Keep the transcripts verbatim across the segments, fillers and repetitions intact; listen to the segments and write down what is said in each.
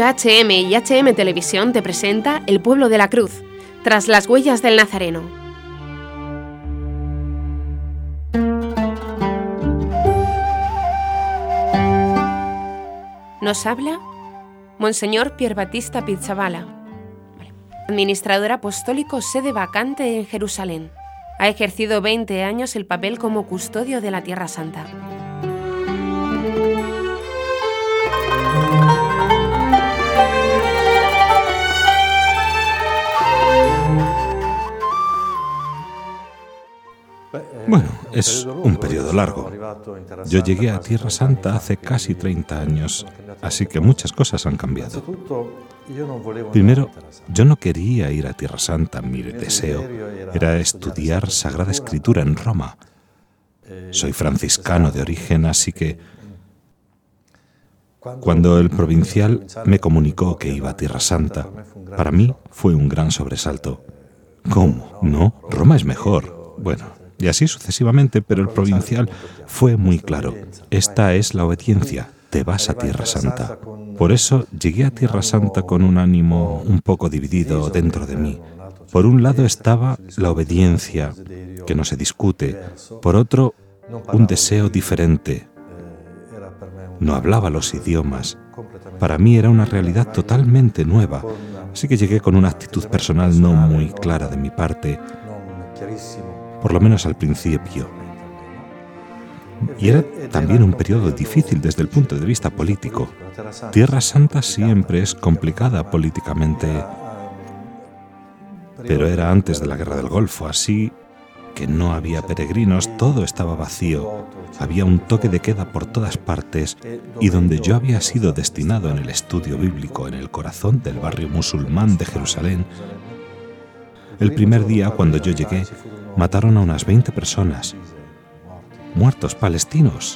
Estudio H M y H M Televisión te presenta El Pueblo de la Cruz, tras las huellas del Nazareno. Nos habla Monseñor Pier Battista Pizzaballa, administrador apostólico sede vacante en Jerusalén. Ha ejercido veinte años el papel como custodio de la Tierra Santa. Bueno, es un periodo largo. Yo llegué a Tierra Santa hace casi treinta años, así que muchas cosas han cambiado. Primero, yo no quería ir a Tierra Santa, mi deseo era estudiar Sagrada Escritura en Roma. Soy franciscano de origen, así que cuando el provincial me comunicó que iba a Tierra Santa, para mí fue un gran sobresalto. ¿Cómo? ¿No? Roma es mejor. Bueno, y así sucesivamente, pero el provincial fue muy claro. Esta es la obediencia, te vas a Tierra Santa. Por eso llegué a Tierra Santa con un ánimo un poco dividido dentro de mí. Por un lado estaba la obediencia, que no se discute. Por otro, un deseo diferente. No hablaba los idiomas. Para mí era una realidad totalmente nueva. Así que llegué con una actitud personal no muy clara de mi parte, por lo menos al principio. Y era también un periodo difícil desde el punto de vista político. Tierra Santa siempre es complicada políticamente, pero era antes de la Guerra del Golfo, así que no había peregrinos, todo estaba vacío. Había un toque de queda por todas partes, y donde yo había sido destinado en el estudio bíblico, en el corazón del barrio musulmán de Jerusalén, el primer día, cuando yo llegué, mataron a unas veinte personas, muertos palestinos.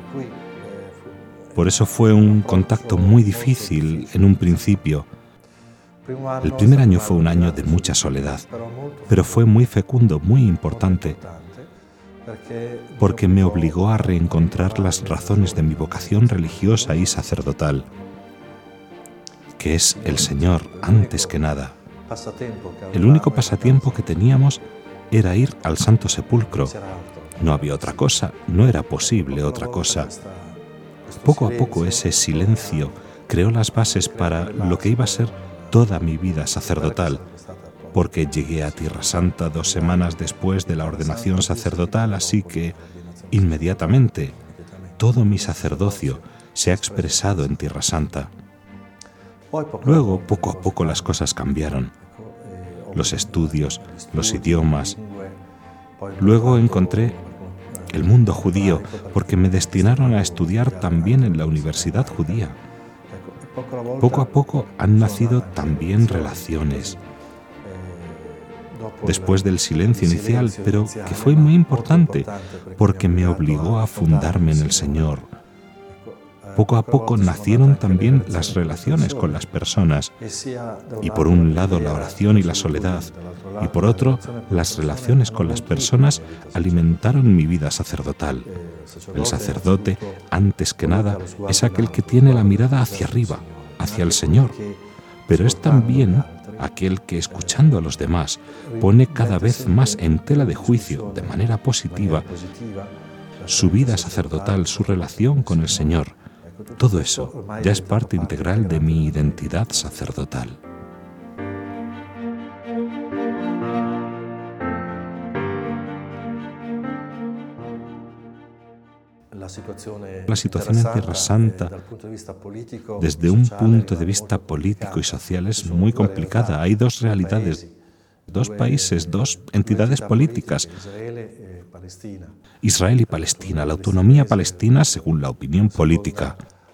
Por eso fue un contacto muy difícil en un principio. El primer año fue un año de mucha soledad, pero fue muy fecundo, muy importante, porque me obligó a reencontrar las razones de mi vocación religiosa y sacerdotal, que es el Señor antes que nada. El único pasatiempo que teníamos era ir al Santo Sepulcro. No había otra cosa, no era posible otra cosa. Poco a poco ese silencio creó las bases para lo que iba a ser toda mi vida sacerdotal, porque llegué a Tierra Santa dos semanas después de la ordenación sacerdotal, así que inmediatamente todo mi sacerdocio se ha expresado en Tierra Santa. Luego, poco a poco las cosas cambiaron. Los estudios, los idiomas. Luego encontré el mundo judío, porque me destinaron a estudiar también en la Universidad Judía. Poco a poco han nacido también relaciones. Después del silencio inicial, pero que fue muy importante, porque me obligó a fundarme en el Señor. Poco a poco nacieron también las relaciones con las personas, y por un lado la oración y la soledad, y por otro las relaciones con las personas alimentaron mi vida sacerdotal. El sacerdote, antes que nada, es aquel que tiene la mirada hacia arriba, hacia el Señor, pero es también aquel que, escuchando a los demás, pone cada vez más en tela de juicio, de manera positiva, su vida sacerdotal, su relación con el Señor. Todo eso ya es parte integral de mi identidad sacerdotal. La situación en Tierra Santa, desde un punto de vista político y social, es muy complicada. Hay dos realidades, dos países, dos entidades políticas, Israel y Palestina, la autonomía palestina según la opinión política,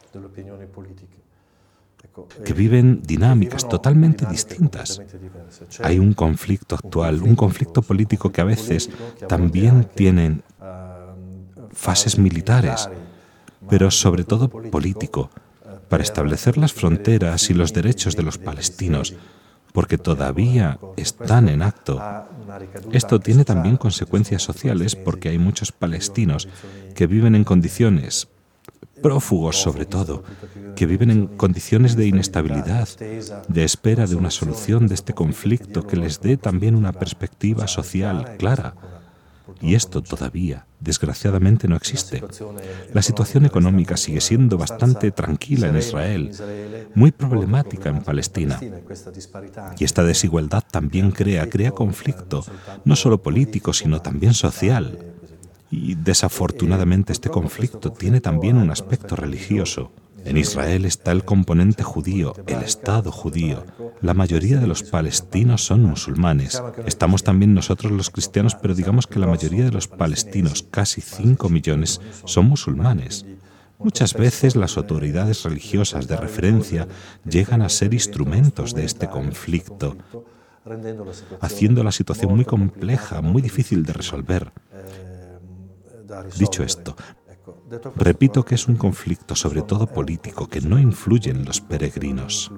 que viven dinámicas totalmente distintas. Hay un conflicto actual, un conflicto político que a veces también tiene fases militares, pero sobre todo político, para establecer las fronteras y los derechos de los palestinos, porque todavía están en acto. Esto tiene también consecuencias sociales, porque hay muchos palestinos que viven en condiciones prófugos sobre todo, que viven en condiciones de inestabilidad, de espera de una solución de este conflicto que les dé también una perspectiva social clara. Y esto todavía, desgraciadamente, no existe. La situación económica sigue siendo bastante tranquila en Israel, muy problemática en Palestina. Y esta desigualdad también crea, crea conflicto, no solo político, sino también social. Y desafortunadamente este conflicto tiene también un aspecto religioso. En Israel está el componente judío, el Estado judío. La mayoría de los palestinos son musulmanes. Estamos también nosotros los cristianos, pero digamos que la mayoría de los palestinos, casi cinco millones, son musulmanes. Muchas veces las autoridades religiosas de referencia llegan a ser instrumentos de este conflicto, haciendo la situación muy compleja, muy difícil de resolver. Dicho esto, repito que es un conflicto sobre todo político que no influye en los peregrinos.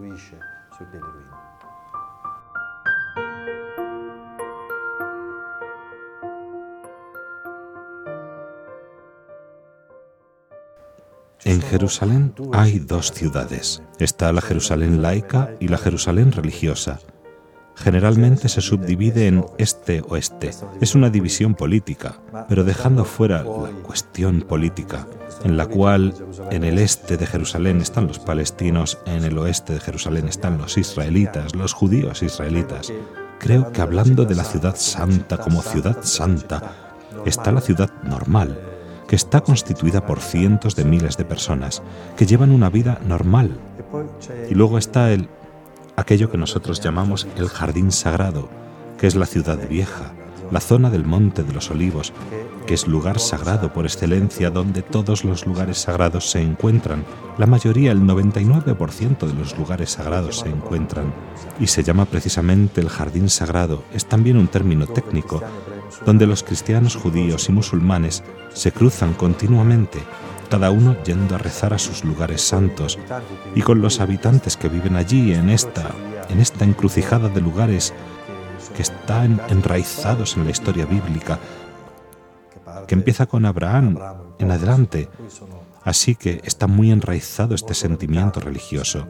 En Jerusalén hay dos ciudades. Está la Jerusalén laica y la Jerusalén religiosa. Generalmente se subdivide en este-oeste. Es una división política, pero dejando fuera la cuestión política, en la cual en el este de Jerusalén están los palestinos, en el oeste de Jerusalén están los israelitas, los judíos israelitas. Creo que hablando de la ciudad santa como ciudad santa, está la ciudad normal, que está constituida por cientos de miles de personas, que llevan una vida normal. Y luego está el aquello que nosotros llamamos el Jardín Sagrado, que es la ciudad vieja, la zona del Monte de los Olivos, que es lugar sagrado por excelencia donde todos los lugares sagrados se encuentran. La mayoría, el noventa y nueve por ciento de los lugares sagrados se encuentran. Y se llama precisamente el Jardín Sagrado. Es también un término técnico, donde los cristianos, judíos y musulmanes se cruzan continuamente, cada uno yendo a rezar a sus lugares santos, y con los habitantes que viven allí en esta, en esta encrucijada de lugares que están enraizados en la historia bíblica, que empieza con Abraham en adelante, así que está muy enraizado este sentimiento religioso.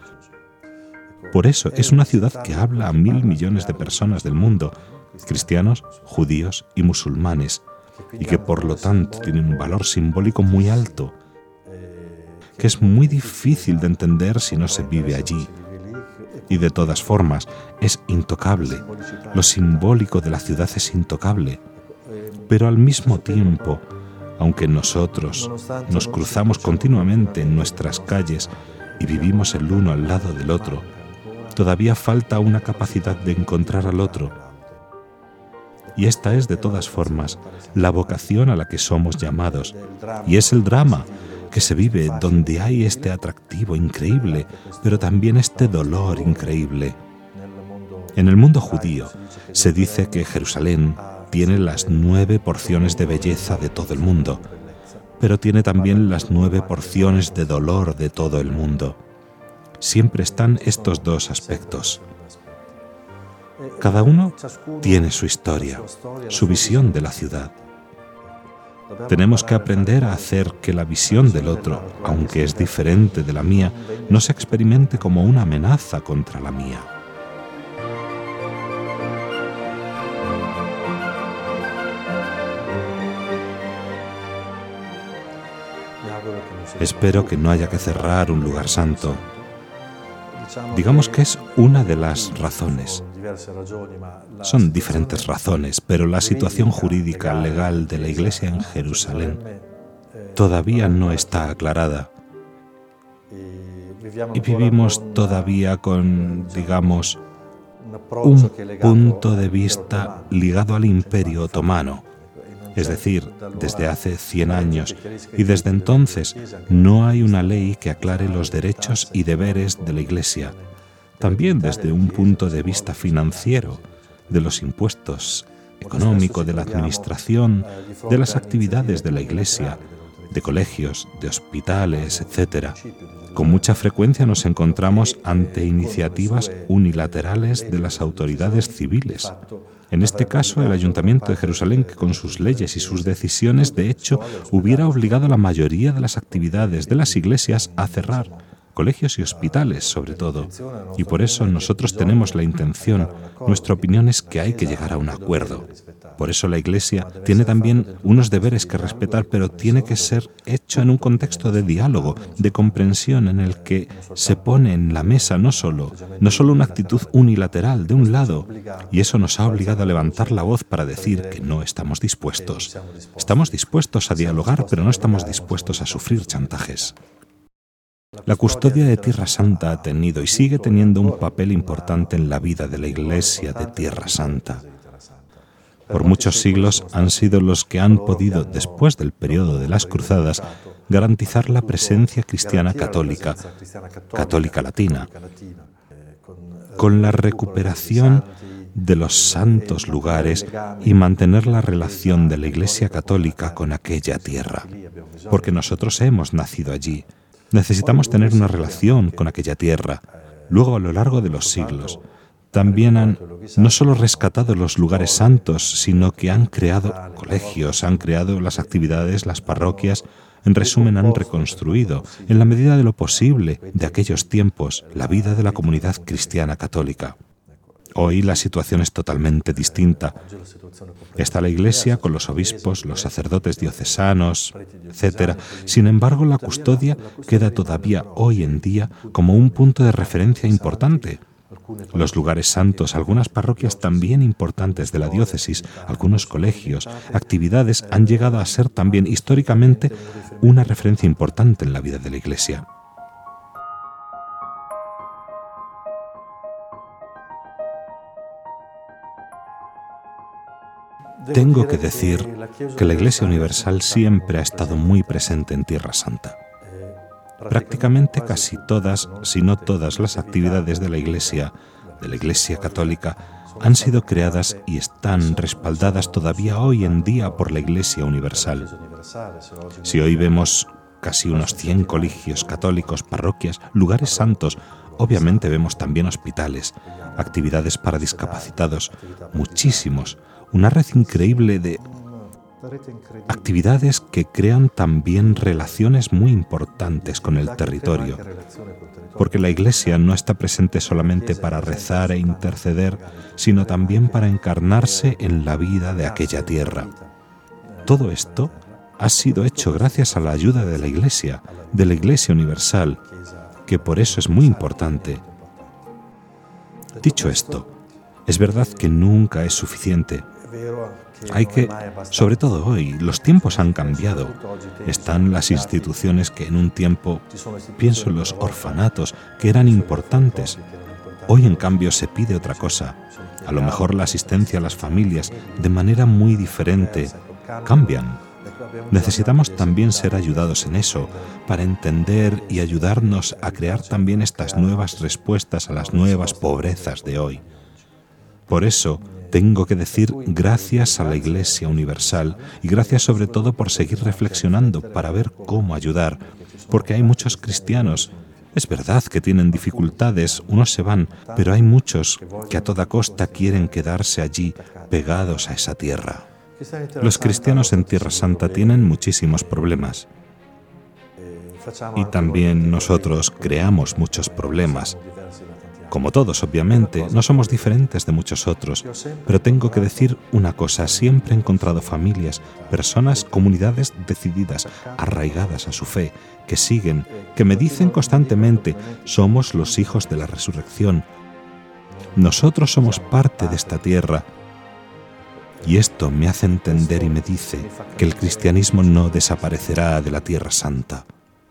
Por eso es una ciudad que habla a mil millones de personas del mundo, cristianos, judíos y musulmanes, y que por lo tanto tienen un valor simbólico muy alto, que es muy difícil de entender si no se vive allí. Y de todas formas, es intocable. Lo simbólico de la ciudad es intocable. Pero al mismo tiempo, aunque nosotros nos cruzamos continuamente en nuestras calles y vivimos el uno al lado del otro, todavía falta una capacidad de encontrar al otro. Y esta es, de todas formas, la vocación a la que somos llamados. Y es el drama que se vive donde hay este atractivo increíble, pero también este dolor increíble. En el mundo judío se dice que Jerusalén tiene las nueve porciones de belleza de todo el mundo, pero tiene también las nueve porciones de dolor de todo el mundo. Siempre están estos dos aspectos. Cada uno tiene su historia, su visión de la ciudad. Tenemos que aprender a hacer que la visión del otro, aunque es diferente de la mía, no se experimente como una amenaza contra la mía. Espero que no haya que cerrar un lugar santo. Digamos que es una de las razones. Son diferentes razones, pero la situación jurídica legal de la Iglesia en Jerusalén todavía no está aclarada. Y vivimos todavía con, digamos, un punto de vista ligado al Imperio Otomano. Es decir, desde hace cien años, y desde entonces no hay una ley que aclare los derechos y deberes de la Iglesia. También desde un punto de vista financiero, de los impuestos, económico, de la administración, de las actividades de la Iglesia. de colegios, de hospitales, etcétera. Con mucha frecuencia nos encontramos ante iniciativas unilaterales de las autoridades civiles. En este caso, el Ayuntamiento de Jerusalén, que con sus leyes y sus decisiones, de hecho, hubiera obligado a la mayoría de las actividades de las iglesias a cerrar, colegios y hospitales sobre todo. Y por eso nosotros tenemos la intención, nuestra opinión es que hay que llegar a un acuerdo. Por eso la Iglesia tiene también unos deberes que respetar, pero tiene que ser hecho en un contexto de diálogo, de comprensión, en el que se pone en la mesa no solo, no solo una actitud unilateral de un lado, y eso nos ha obligado a levantar la voz para decir que no estamos dispuestos. Estamos dispuestos a dialogar, pero no estamos dispuestos a sufrir chantajes. La custodia de Tierra Santa ha tenido y sigue teniendo un papel importante en la vida de la Iglesia de Tierra Santa. Por muchos siglos han sido los que han podido, después del periodo de las Cruzadas, garantizar la presencia cristiana católica, católica latina, con la recuperación de los santos lugares y mantener la relación de la Iglesia católica con aquella tierra, porque nosotros hemos nacido allí. Necesitamos tener una relación con aquella tierra. Luego, a lo largo de los siglos, también han no solo rescatado los lugares santos, sino que han creado colegios, han creado las actividades, las parroquias. En resumen, han reconstruido, en la medida de lo posible, de aquellos tiempos, la vida de la comunidad cristiana católica. Hoy la situación es totalmente distinta. Está la Iglesia con los obispos, los sacerdotes diocesanos, etcétera. Sin embargo, la custodia queda todavía hoy en día como un punto de referencia importante. Los lugares santos, algunas parroquias también importantes de la diócesis, algunos colegios, actividades han llegado a ser también históricamente una referencia importante en la vida de la Iglesia. Tengo que decir que la Iglesia Universal siempre ha estado muy presente en Tierra Santa. Prácticamente casi todas, si no todas, las actividades de la Iglesia, de la Iglesia Católica, han sido creadas y están respaldadas todavía hoy en día por la Iglesia Universal. Si hoy vemos casi unos cien colegios católicos, parroquias, lugares santos, obviamente vemos también hospitales, actividades para discapacitados, muchísimos, una red increíble de actividades que crean también relaciones muy importantes con el territorio, porque la Iglesia no está presente solamente para rezar e interceder, sino también para encarnarse en la vida de aquella tierra. Todo esto ha sido hecho gracias a la ayuda de la Iglesia, de la Iglesia Universal, que por eso es muy importante. Dicho esto, es verdad que nunca es suficiente. Hay que, sobre todo hoy, los tiempos han cambiado. Están las instituciones que en un tiempo, pienso en los orfanatos, que eran importantes. Hoy, en cambio, se pide otra cosa. A lo mejor la asistencia a las familias, de manera muy diferente, cambian. Necesitamos también ser ayudados en eso, para entender y ayudarnos a crear también estas nuevas respuestas a las nuevas pobrezas de hoy. Por eso, tengo que decir gracias a la Iglesia Universal y gracias sobre todo por seguir reflexionando para ver cómo ayudar, porque hay muchos cristianos, es verdad que tienen dificultades, unos se van, pero hay muchos que a toda costa quieren quedarse allí, pegados a esa tierra. Los cristianos en Tierra Santa tienen muchísimos problemas y también nosotros creamos muchos problemas. Como todos, obviamente, no somos diferentes de muchos otros, pero tengo que decir una cosa, siempre he encontrado familias, personas, comunidades decididas, arraigadas a su fe, que siguen, que me dicen constantemente, somos los hijos de la resurrección, nosotros somos parte de esta tierra, y esto me hace entender y me dice que el cristianismo no desaparecerá de la Tierra Santa.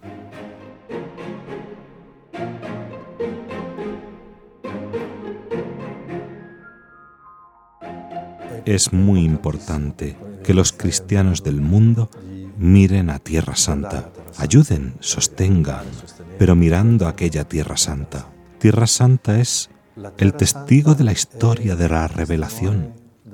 Es muy importante que los cristianos del mundo miren a Tierra Santa, ayuden, sostengan, pero mirando a aquella Tierra Santa. Tierra Santa es el testigo de la historia de la revelación,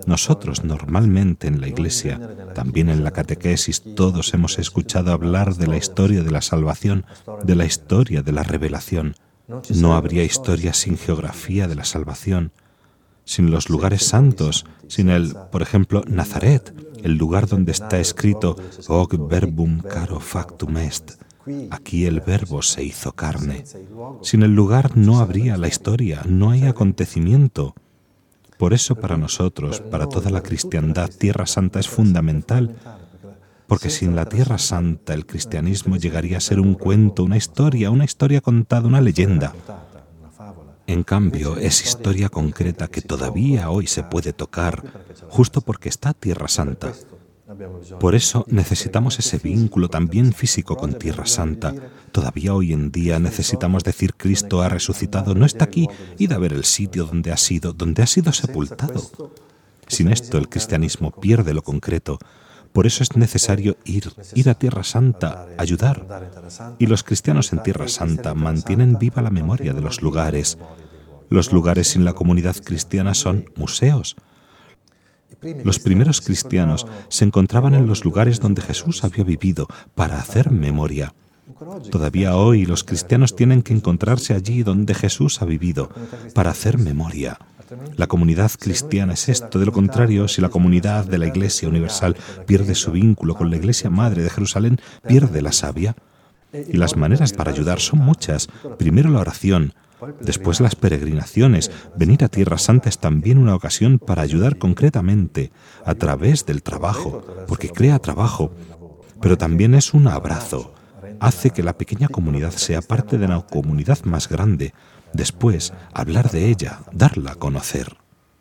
Nosotros normalmente en la Iglesia, también en la catequesis, todos hemos escuchado hablar de la historia de la salvación, de la historia de la revelación. No habría historia sin geografía de la salvación, sin los lugares santos, sin el, por ejemplo, Nazaret, el lugar donde está escrito Hoc verbum caro factum est. Aquí el verbo se hizo carne. Sin el lugar no habría la historia, no hay acontecimiento. Por eso para nosotros, para toda la cristiandad, Tierra Santa es fundamental, porque sin la Tierra Santa el cristianismo llegaría a ser un cuento, una historia, una historia contada, una leyenda. En cambio, es historia concreta que todavía hoy se puede tocar, justo porque está Tierra Santa. Por eso necesitamos ese vínculo también físico con Tierra Santa. Todavía hoy en día necesitamos decir Cristo ha resucitado, no está aquí, id a ver el sitio donde ha sido, donde ha sido sepultado. Sin esto el cristianismo pierde lo concreto. Por eso es necesario ir, ir a Tierra Santa, ayudar. Y los cristianos en Tierra Santa mantienen viva la memoria de los lugares. Los lugares sin la comunidad cristiana son museos. Los primeros cristianos se encontraban en los lugares donde Jesús había vivido para hacer memoria. Todavía hoy los cristianos tienen que encontrarse allí donde Jesús ha vivido para hacer memoria. La comunidad cristiana es esto. De lo contrario, si la comunidad de la Iglesia Universal pierde su vínculo con la Iglesia Madre de Jerusalén, pierde la savia. Y las maneras para ayudar son muchas. Primero la oración, después las peregrinaciones. Venir a Tierra Santa es también una ocasión para ayudar concretamente a través del trabajo, porque crea trabajo, pero también es un abrazo. Hace que la pequeña comunidad sea parte de una comunidad más grande. Después, hablar de ella, darla a conocer.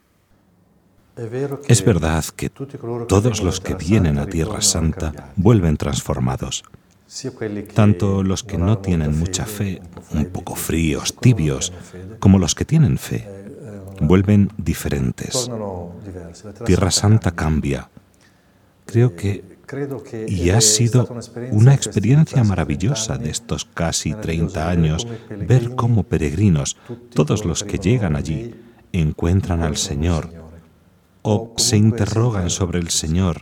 Es verdad que todos los que vienen a Tierra Santa vuelven transformados. Tanto los que no tienen mucha fe, un poco fríos, tibios, como los que tienen fe, vuelven diferentes. Tierra Santa cambia. Creo que Y ha sido una experiencia maravillosa de estos casi treinta años, ver cómo peregrinos, todos los que llegan allí, encuentran al Señor o se interrogan sobre el Señor.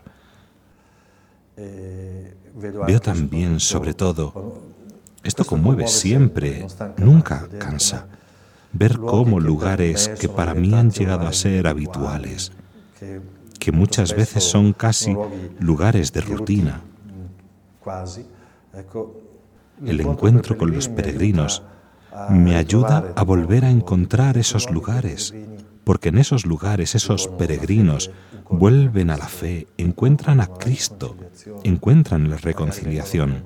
Veo también, sobre todo, esto conmueve siempre, nunca cansa, ver cómo lugares que para mí han llegado a ser habituales, que muchas veces son casi lugares de rutina. El encuentro con los peregrinos me ayuda a volver a encontrar esos lugares, porque en esos lugares esos peregrinos vuelven a la fe, encuentran a Cristo, encuentran la reconciliación.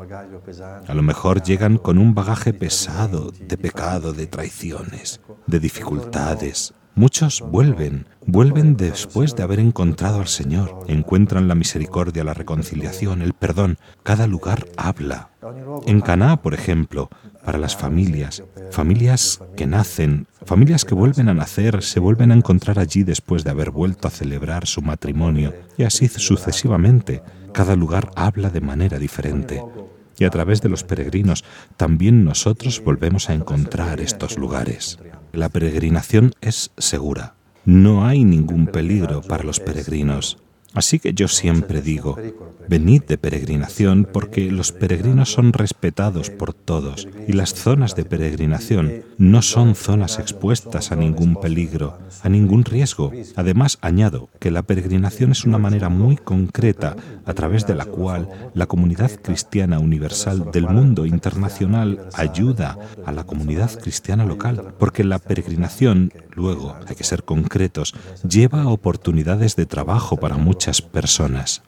A lo mejor llegan con un bagaje pesado de pecado, de traiciones, de dificultades. Muchos vuelven, vuelven después de haber encontrado al Señor, encuentran la misericordia, la reconciliación, el perdón. Cada lugar habla. En Caná, por ejemplo, para las familias, familias que nacen, familias que vuelven a nacer, se vuelven a encontrar allí después de haber vuelto a celebrar su matrimonio, y así sucesivamente. Cada lugar habla de manera diferente. Y a través de los peregrinos, también nosotros volvemos a encontrar estos lugares. La peregrinación es segura. No hay ningún peligro para los peregrinos. Así que yo siempre digo, venid de peregrinación porque los peregrinos son respetados por todos y las zonas de peregrinación no son zonas expuestas a ningún peligro, a ningún riesgo. Además, añado que la peregrinación es una manera muy concreta a través de la cual la comunidad cristiana universal del mundo internacional ayuda a la comunidad cristiana local, porque la peregrinación, luego, hay que ser concretos, lleva oportunidades de trabajo para muchas personas.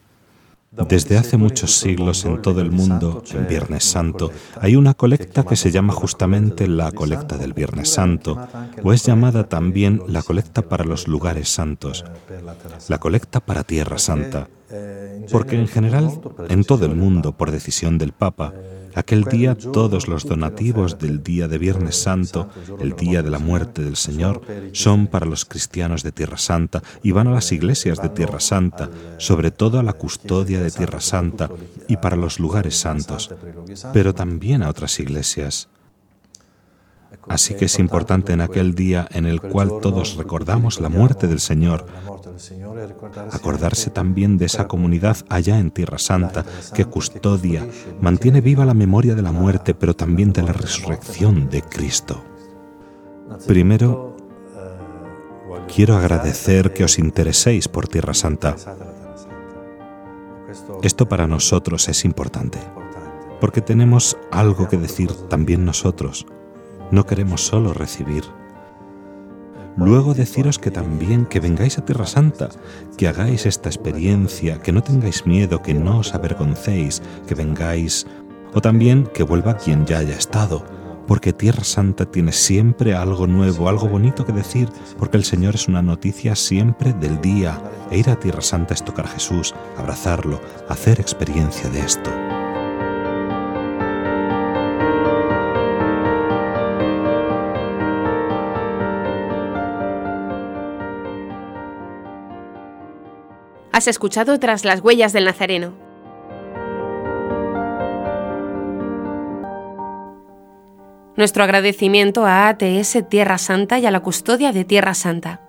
Desde hace muchos siglos en todo el mundo, en Viernes Santo, hay una colecta que se llama justamente la colecta del Viernes Santo, o es llamada también la colecta para los lugares santos, la colecta para Tierra Santa, porque en general, en todo el mundo, por decisión del Papa, aquel día todos los donativos del día de Viernes Santo, el día de la muerte del Señor, son para los cristianos de Tierra Santa y van a las iglesias de Tierra Santa, sobre todo a la custodia de Tierra Santa y para los lugares santos, pero también a otras iglesias. Así que es importante en aquel día en el cual todos recordamos la muerte del Señor, acordarse también de esa comunidad allá en Tierra Santa que custodia, mantiene viva la memoria de la muerte, pero también de la resurrección de Cristo. Primero, quiero agradecer que os intereséis por Tierra Santa. Esto para nosotros es importante, porque tenemos algo que decir también nosotros. No queremos solo recibir. Luego deciros que también que vengáis a Tierra Santa, que hagáis esta experiencia, que no tengáis miedo, que no os avergoncéis, que vengáis, o también que vuelva quien ya haya estado, porque Tierra Santa tiene siempre algo nuevo, algo bonito que decir, porque el Señor es una noticia siempre del día, e ir a Tierra Santa es tocar a Jesús, abrazarlo, hacer experiencia de esto. Has escuchado Tras las huellas del Nazareno. Nuestro agradecimiento a A T S Tierra Santa y a la Custodia de Tierra Santa.